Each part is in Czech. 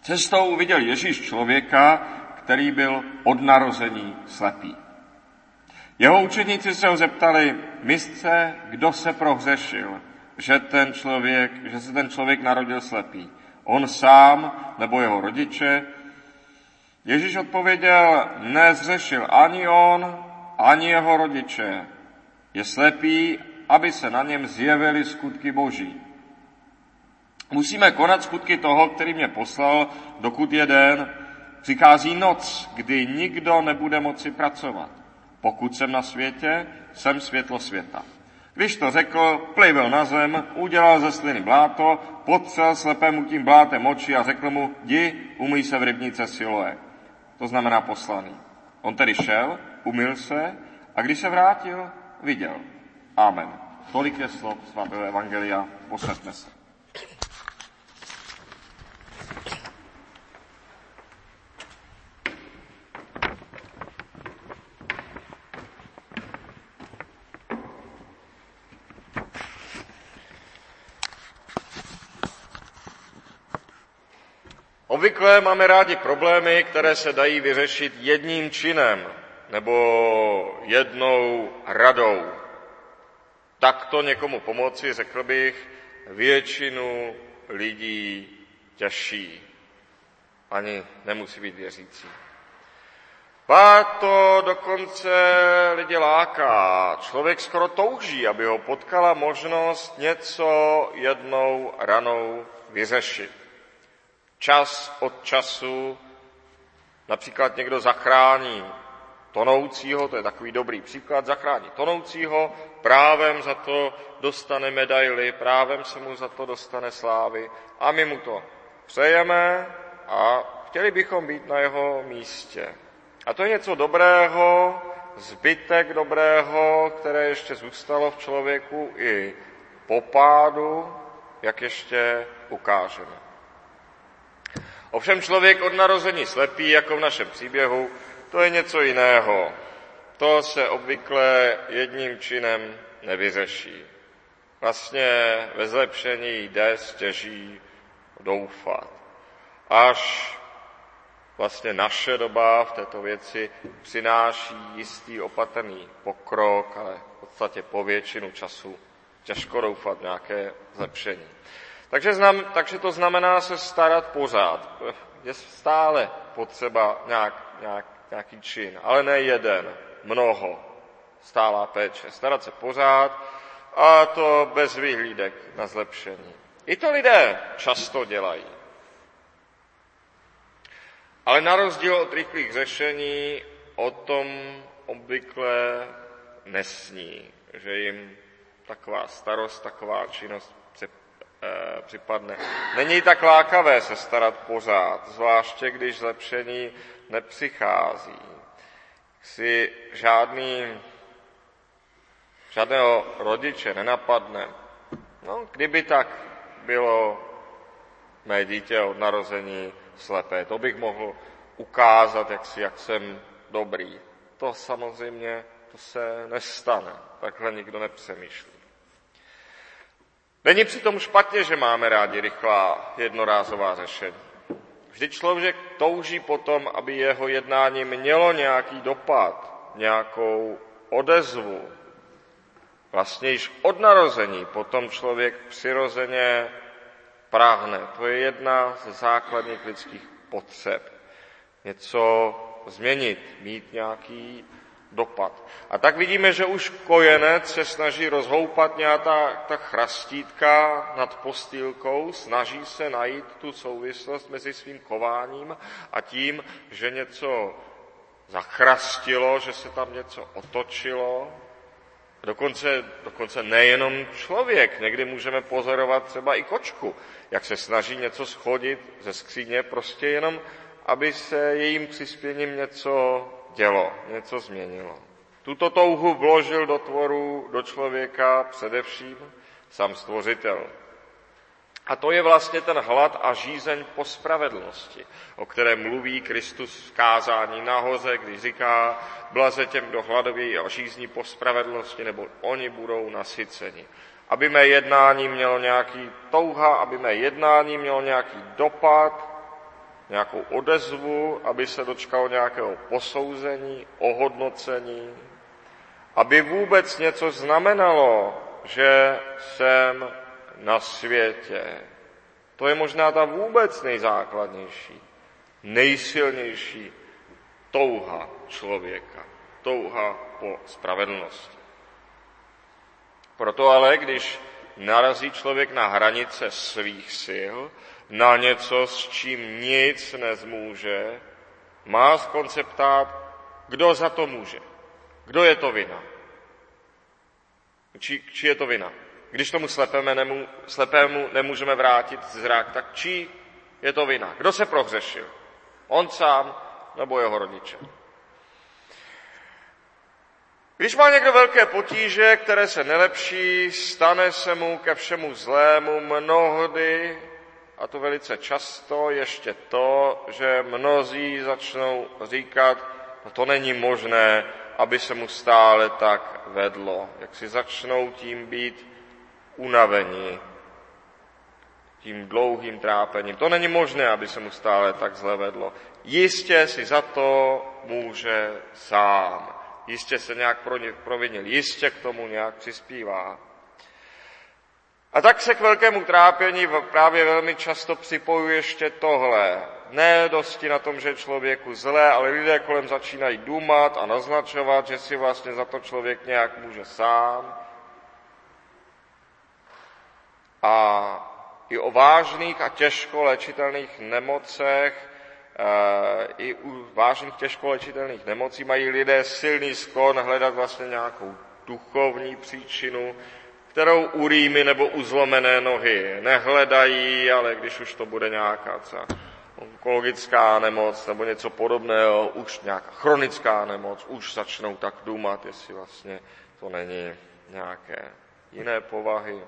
Cestou uviděl Ježíš člověka, který byl od narození slepý. Jeho učeníci se ho zeptali: Mistře, kdo se prohřešil, že se ten člověk narodil slepý? On sám nebo jeho rodiče? Ježíš odpověděl: nezřešil ani on, ani jeho rodiče. Je slepý, aby se na něm zjevily skutky Boží. Musíme konat skutky toho, který mě poslal, dokud je den. Přichází noc, kdy nikdo nebude moci pracovat. Pokud jsem na světě, jsem světlo světa. Když to řekl, plivl na zem, udělal ze sliny bláto, potřel slepému tím blátem oči a řekl mu: jdi, umyj se v rybníce Siloé. To znamená poslaný. On tedy šel, umyl se a když se vrátil, viděl. Amen. Tolik je slov svatého evangelia. Posaďme se. Obvykle máme rádi problémy, které se dají vyřešit jedním činem nebo jednou radou. Takto někomu pomoci, řekl bych, většinu lidí těší. Ani nemusí být věřící. Pak to dokonce lidi láká. Člověk skoro touží, aby ho potkala možnost něco jednou ranou vyřešit. Čas od času například někdo zachrání tonoucího, to je takový dobrý příklad, zachrání tonoucího, právem za to dostane medaili, právem se mu za to dostane slávy a my mu to přejeme a chtěli bychom být na jeho místě. A to je něco dobrého, zbytek dobrého, které ještě zůstalo v člověku i po pádu, jak ještě ukážeme. Ovšem člověk od narození slepý, jako v našem příběhu, to je něco jiného. To se obvykle jedním činem nevyřeší. Vlastně ve zlepšení jde stěží doufat. Až vlastně naše doba v této věci přináší jistý opatrný pokrok, ale v podstatě po většinu času těžko doufat nějaké zlepšení. Takže to znamená se starat pořád. Je stále potřeba nějaký čin, ale ne jeden, mnoho. Stálá péče. Starat se pořád a to bez vyhlídek na zlepšení. I to lidé často dělají. Ale na rozdíl od rychlých řešení o tom obvykle nesní, že jim taková starost, taková činnost připadne. Není tak lákavé se starat pořád, zvláště když zlepšení nepřichází. Si žádného rodiče nenapadne. No, kdyby tak bylo mé dítě od narození slepé, to bych mohl ukázat, jak jsem dobrý. To samozřejmě to se nestane. Takhle nikdo nepřemýšlí. Není přitom špatně, že máme rádi rychlá jednorázová řešení. Vždyť člověk touží potom, aby jeho jednání mělo nějaký dopad, nějakou odezvu. Vlastně již od narození potom člověk přirozeně práhne. To je jedna ze základních lidských potřeb. Něco změnit, mít nějaký dopad. A tak vidíme, že už kojenec se snaží rozhoupat nějaká ta chrastítka nad postýlkou, snaží se najít tu souvislost mezi svým chováním a tím, že něco zachrastilo, že se tam něco otočilo. Dokonce nejenom člověk, někdy můžeme pozorovat třeba i kočku, jak se snaží něco schodit ze skříně, prostě jenom, aby se jejím přispěním něco dělo, něco změnilo. Tuto touhu vložil do tvoru, do člověka především sám Stvořitel. A to je vlastně ten hlad a žízeň po spravedlnosti, o kterém mluví Kristus v kázání nahoře, když říká: blaze těm, kdo hladovějí a žízní po spravedlnosti, nebo oni budou nasyceni. Aby mé jednání mělo nějaký touha, aby mé jednání mělo nějaký dopad, nějakou odezvu, aby se dočkal nějakého posouzení, ohodnocení, aby vůbec něco znamenalo, že jsem na světě. To je možná ta vůbec nejzákladnější, nejsilnější touha člověka. Touha po spravedlnosti. Proto ale, když narazí člověk na hranice svých sil, na něco, s čím nic nezmůže, má z konce ptát, kdo za to může. Kdo je to vina? Či je to vina? Když tomu slepému nemůžeme vrátit zrak, tak čí je to vina? Kdo se prohřešil? On sám nebo jeho rodiče? Když má někdo velké potíže, které se nelepší, stane se mu ke všemu zlému mnohdy, a to velice často, ještě to, že mnozí začnou říkat, no to není možné, aby se mu stále tak vedlo. Jak si začnou tím být unavení, tím dlouhým trápením. To není možné, aby se mu stále tak zle vedlo. Jistě si za to může sám. Jistě se nějak provinil, jistě k tomu nějak přispívá. A tak se k velkému trápění právě velmi často připojuje ještě tohle. Ne dosti na tom, že je člověku zlé, ale lidé kolem začínají dumat a naznačovat, že si vlastně za to člověk nějak může sám. A i o vážných a těžko léčitelných nemocech, i u vážných těžko léčitelných nemocí mají lidé silný sklon hledat vlastně nějakou duchovní příčinu, kterou u rýmy nebo u zlomené nohy nehledají, ale když už to bude nějaká třeba onkologická nemoc nebo něco podobného, už nějaká chronická nemoc, už začnou tak dumat, jestli vlastně to není nějaké jiné povahy.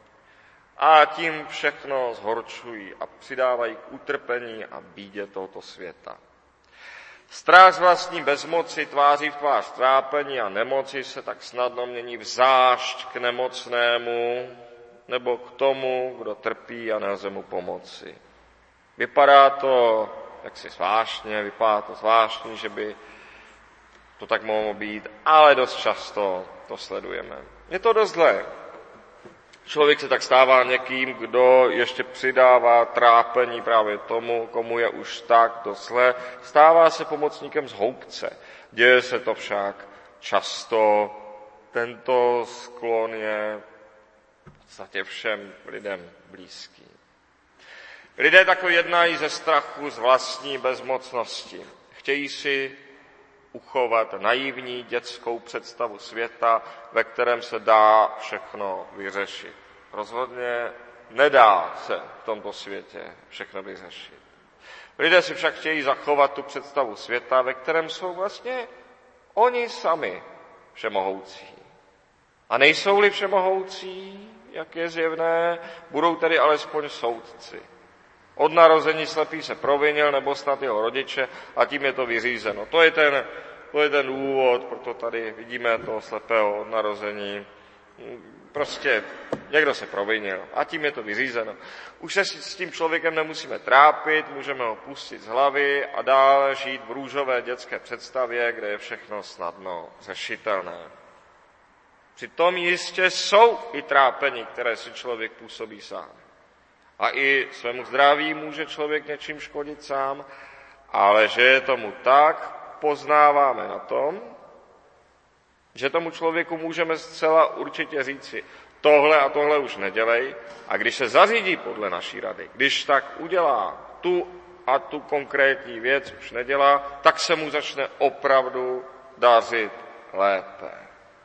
A tím všechno zhorčují a přidávají k utrpení a bídě tohoto světa. Strach z vlastní bezmoci tváří v tvář trápení a nemoci se tak snadno mění v zášť k nemocnému nebo k tomu, kdo trpí a nelze mu pomoci. Vypadá to jaksi zvláštně, vypadá to zvláštní, že by to tak mohlo být, ale dost často to sledujeme. Je to dost zlé. Člověk se tak stává někým, kdo ještě přidává trápení právě tomu, komu je už tak dost zlé. Stává se pomocníkem zhoubce. Děje se to však často. Tento sklon je v podstatě všem lidem blízký. Lidé tak jednají ze strachu z vlastní bezmocnosti. Chtějí si uchovat naivní dětskou představu světa, ve kterém se dá všechno vyřešit. Rozhodně nedá se v tomto světě všechno vyřešit. Lidé si však chtějí zachovat tu představu světa, ve kterém jsou vlastně oni sami všemohoucí. A nejsou-li všemohoucí, jak je zjevné, budou tedy alespoň soudci. Od narození slepý se provinil, nebo snad jeho rodiče, a tím je to vyřízeno. To je ten důvod, proto tady vidíme toho slepého od narození. Prostě někdo se provinil a tím je to vyřízeno. Už se s tím člověkem nemusíme trápit, můžeme ho pustit z hlavy a dále žít v růžové dětské představě, kde je všechno snadno řešitelné. Přitom jistě jsou i trápení, které si člověk působí sám. A i svému zdraví může člověk něčím škodit sám, ale že je tomu tak, poznáváme na tom, že tomu člověku můžeme zcela určitě říci, tohle a tohle už nedělej, a když se zařídí podle naší rady, když tak udělá tu a tu konkrétní věc už nedělá, tak se mu začne opravdu dařit lépe.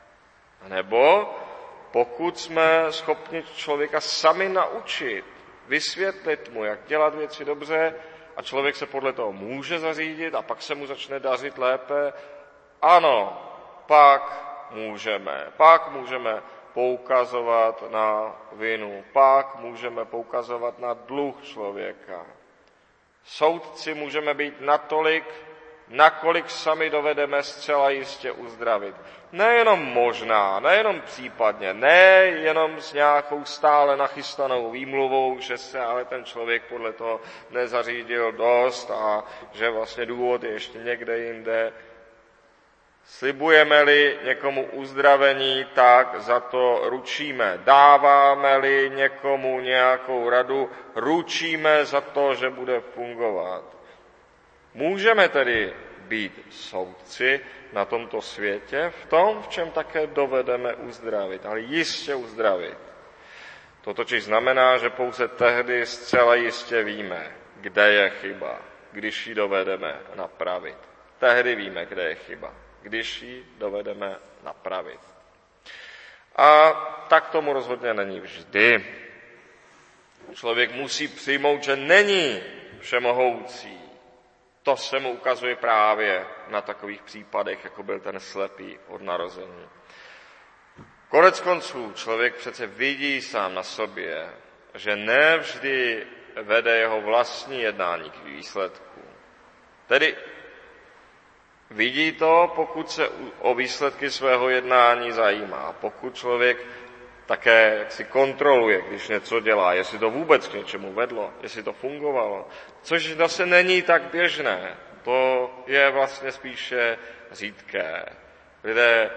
Nebo pokud jsme schopni člověka sami naučit, vysvětlit mu, jak dělat věci dobře, a člověk se podle toho může zařídit a pak se mu začne dařit lépe, ano, pak můžeme poukazovat na vinu, pak můžeme poukazovat na dluh člověka. Soudci můžeme být natolik, nakolik sami dovedeme zcela jistě uzdravit. Nejenom možná, nejenom případně, nejenom s nějakou stále nachystanou výmluvou, že se ale ten člověk podle toho nezařídil dost a že vlastně důvod je ještě někde jinde. Slibujeme-li někomu uzdravení, tak za to ručíme. Dáváme-li někomu nějakou radu, ručíme za to, že bude fungovat. Můžeme tedy být soudci na tomto světě v tom, v čem také dovedeme uzdravit, ale jistě uzdravit. To totiž znamená, že pouze tehdy zcela jistě víme, kde je chyba, když ji dovedeme napravit. Tehdy víme, kde je chyba, když ji dovedeme napravit. A tak tomu rozhodně není vždy. Člověk musí přijmout, že není všemohoucí. To se mu ukazuje právě na takových případech, jako byl ten slepý od narození. Konec konců člověk přece vidí sám na sobě, že nevždy vede jeho vlastní jednání k výsledku. Tedy vidí to, pokud se o výsledky svého jednání zajímá. Pokud člověk také si kontroluje, když něco dělá, jestli to vůbec k něčemu vedlo, jestli to fungovalo. Což zase není tak běžné. To je vlastně spíše řídké. Lidé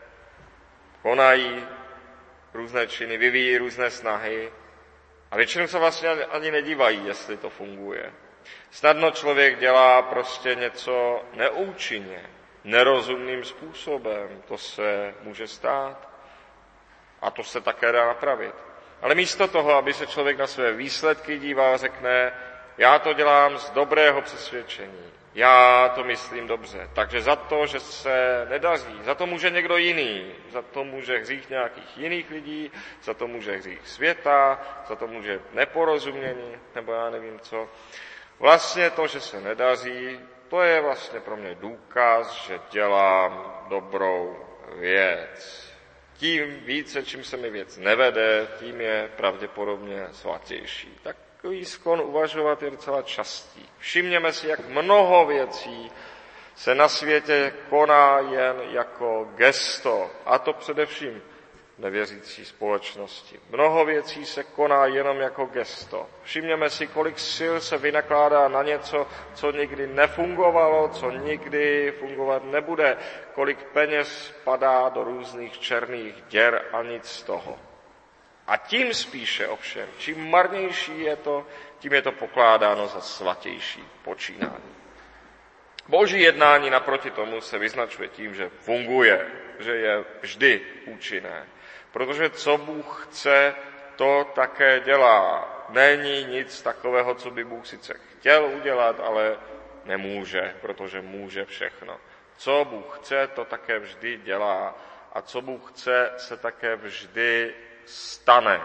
konají různé činy, vyvíjí různé snahy a většinou se vlastně ani nedívají, jestli to funguje. Snadno člověk dělá prostě něco neúčinně, nerozumným způsobem. To se může stát a to se také dá napravit. Ale místo toho, aby se člověk na své výsledky díval, řekne, já to dělám z dobrého přesvědčení, já to myslím dobře. Takže za to, že se nedaří, za to může někdo jiný, za to může hřích nějakých jiných lidí, za to může hřích světa, za to může neporozumění, nebo já nevím co. Vlastně to, že se nedaří, to je vlastně pro mě důkaz, že dělám dobrou věc. Tím více, čím se mi věc nevede, tím je pravděpodobně svatější. Takový sklon uvažovat je docela častý. Všimněme si, jak mnoho věcí se na světě koná jen jako gesto, a to především nevěřící společnosti. Mnoho věcí se koná jenom jako gesto. Všimněme si, kolik sil se vynakládá na něco, co nikdy nefungovalo, co nikdy fungovat nebude, kolik peněz padá do různých černých děr a nic z toho. A tím spíše ovšem, čím marnější je to, tím je to pokládáno za svatější počínání. Boží jednání naproti tomu se vyznačuje tím, že funguje, že je vždy účinné. Protože co Bůh chce, to také dělá. Není nic takového, co by Bůh sice chtěl udělat, ale nemůže, protože může všechno. Co Bůh chce, to také vždy dělá. A co Bůh chce, se také vždy stane.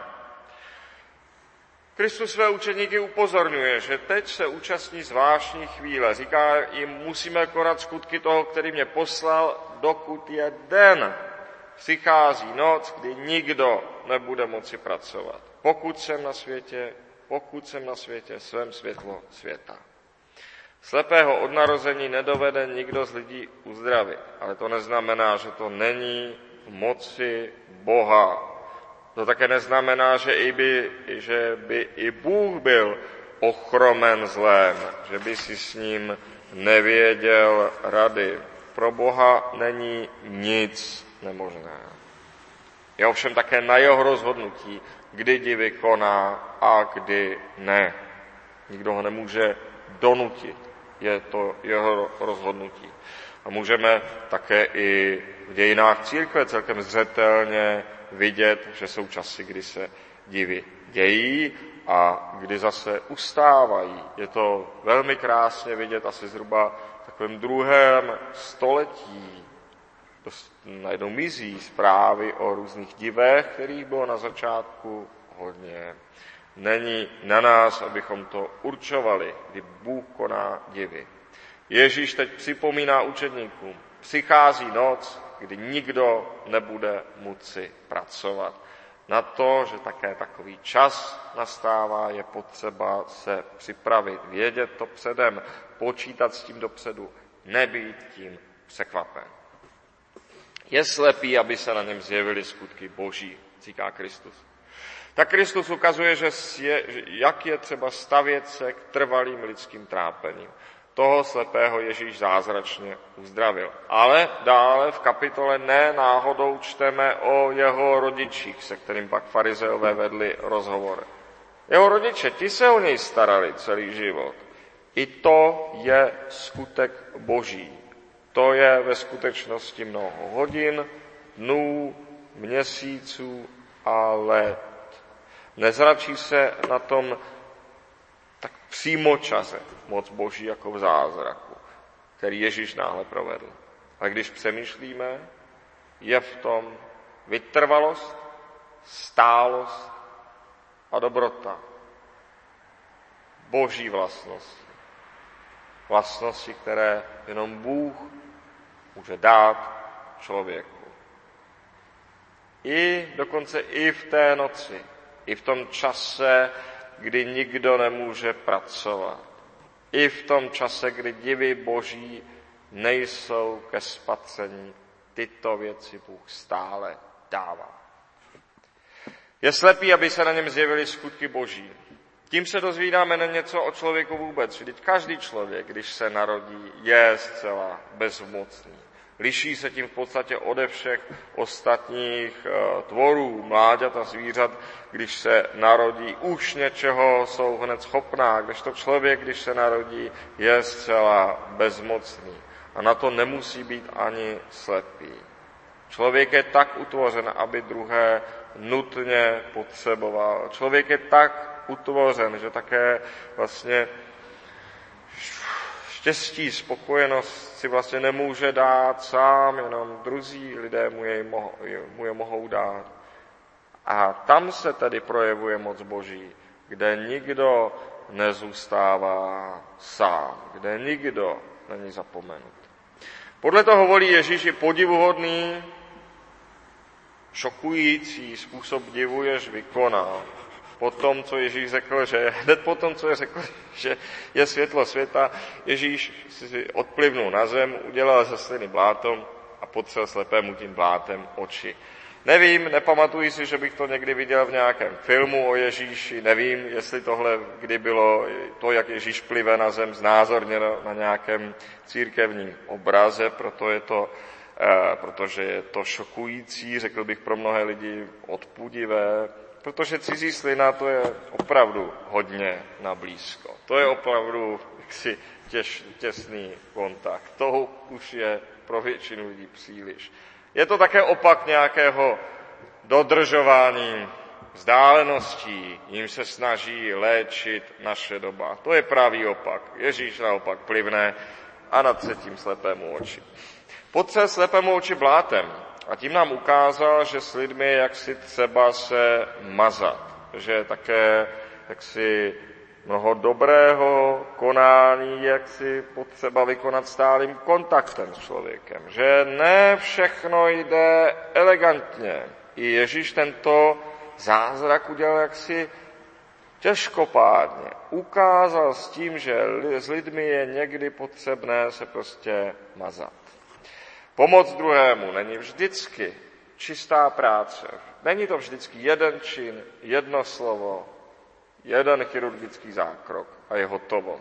Kristus své učeníky upozorňuje, že teď se účastní zvláštní chvíle. Říká jim, musíme konat skutky toho, který mě poslal, dokud je den. Přichází noc, kdy nikdo nebude moci pracovat. Pokud jsem na světě, jsem světlo světa. Slepého od narození nedovede nikdo z lidí uzdravit, ale to neznamená, že to není v moci Boha. To také neznamená, že by i Bůh byl ochromen zlém, že by si s ním nevěděl rady. Pro Boha není nic nemožné. Je ovšem také na jeho rozhodnutí, kdy divy koná a kdy ne. Nikdo ho nemůže donutit. Je to jeho rozhodnutí. A můžeme také i v dějinách církve celkem zřetelně vidět, že jsou časy, kdy se divy dějí a kdy zase ustávají. Je to velmi krásně vidět asi zhruba v takovém 2. století. Najednou mizí zprávy o různých divech, kterých bylo na začátku hodně. Není na nás, abychom to určovali, kdy Bůh koná divy. Ježíš teď připomíná učedníkům, přichází noc, kdy nikdo nebude moci pracovat. Na to, že také takový čas nastává, je potřeba se připravit, vědět to předem, počítat s tím dopředu. nebýt tím překvapen. Je slepý, aby se na něm zjevily skutky Boží, říká Kristus. Tak Kristus ukazuje, jak je třeba stavět se k trvalým lidským trápením. Toho slepého Ježíš zázračně uzdravil. Ale dále v kapitole ne náhodou čteme o jeho rodičích, se kterým pak farizeové vedli rozhovor. Jeho rodiče, ti se o něj starali celý život. I to je skutek Boží. To je ve skutečnosti mnoho hodin, dnů, měsíců a let. Nezračí se na tom tak přímočaře moc Boží jako v zázraku, který Ježíš náhle provedl. A když přemýšlíme, je v tom vytrvalost, stálost a dobrota. Boží vlastnosti. Vlastnosti, které jenom Bůh může dát člověku. Dokonce i v té noci, i v tom čase, kdy nikdo nemůže pracovat. I v tom čase, kdy divy Boží nejsou ke spatření, tyto věci Bůh stále dává. Je slepý, aby se na něm zjevily skutky Boží. Tím se dozvídáme něco o člověku vůbec. Vždyť každý člověk, když se narodí, je zcela bezmocný. Liší se tím v podstatě ode všech ostatních tvorů, mláďat a zvířat, když se narodí, už něčeho jsou hned schopná, kdežto člověk, když se narodí, je zcela bezmocný. A na to nemusí být ani slepý. Člověk je tak utvořen, aby druhé nutně potřeboval. Člověk je tak utvořen, že také vlastně štěstí, spokojenost si vlastně nemůže dát sám, jenom druzí lidé mu je mohou dát. A tam se tedy projevuje moc Boží, kde nikdo nezůstává sám, kde nikdo není zapomenut. Podle toho volí Ježíš i podivuhodný, šokující způsob divu, jež vykonal. Po tom, co Ježíš řekl, hned po tom, co je řekl, že je světlo světa, Ježíš si odplivnul na zem, udělal ze sliny bláto a potřel slepému tím blátem oči. Nevím, nepamatuji si, že bych to někdy viděl v nějakém filmu o Ježíši, nevím, jestli tohle kdy bylo to, jak Ježíš plive na zem, znázorněno na nějakém církevním obraze, protože je to šokující, řekl bych pro mnohé lidi odpudivé, protože cizí slina to je opravdu hodně nablízko. To je opravdu jaksi těsný kontakt. To už je pro většinu lidí příliš. Je to také opak nějakého dodržování vzdáleností, jim se snaží léčit naše doba. To je pravý opak. Ježíš naopak plivne a natře tím slepému oči. Potřel slepému oči blátem a tím nám ukázal, že s lidmi je jaksi třeba se mazat, že je také jaksi mnoho dobrého konání, jak si potřeba vykonat stálým kontaktem s člověkem. Že ne všechno jde elegantně. I Ježíš tento zázrak udělal jaksi těžkopádně. Ukázal s tím, že s lidmi je někdy potřebné se prostě mazat. Pomoc druhému není vždycky čistá práce. Není to vždycky jeden čin, jedno slovo, jeden chirurgický zákrok a je hotovo.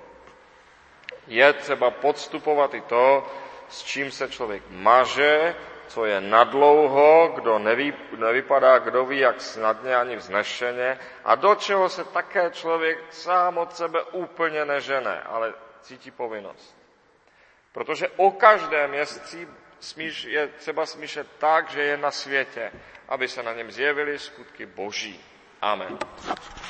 Je třeba podstupovat i to, s čím se člověk maže, co je nadlouho, kdo nevypadá, kdo ví, jak snadně ani vznešeně a do čeho se také člověk sám od sebe úplně nežene, ale cítí povinnost. Protože o každém je třeba smýšlet tak, že je na světě, aby se na něm zjevily skutky Boží. Amen.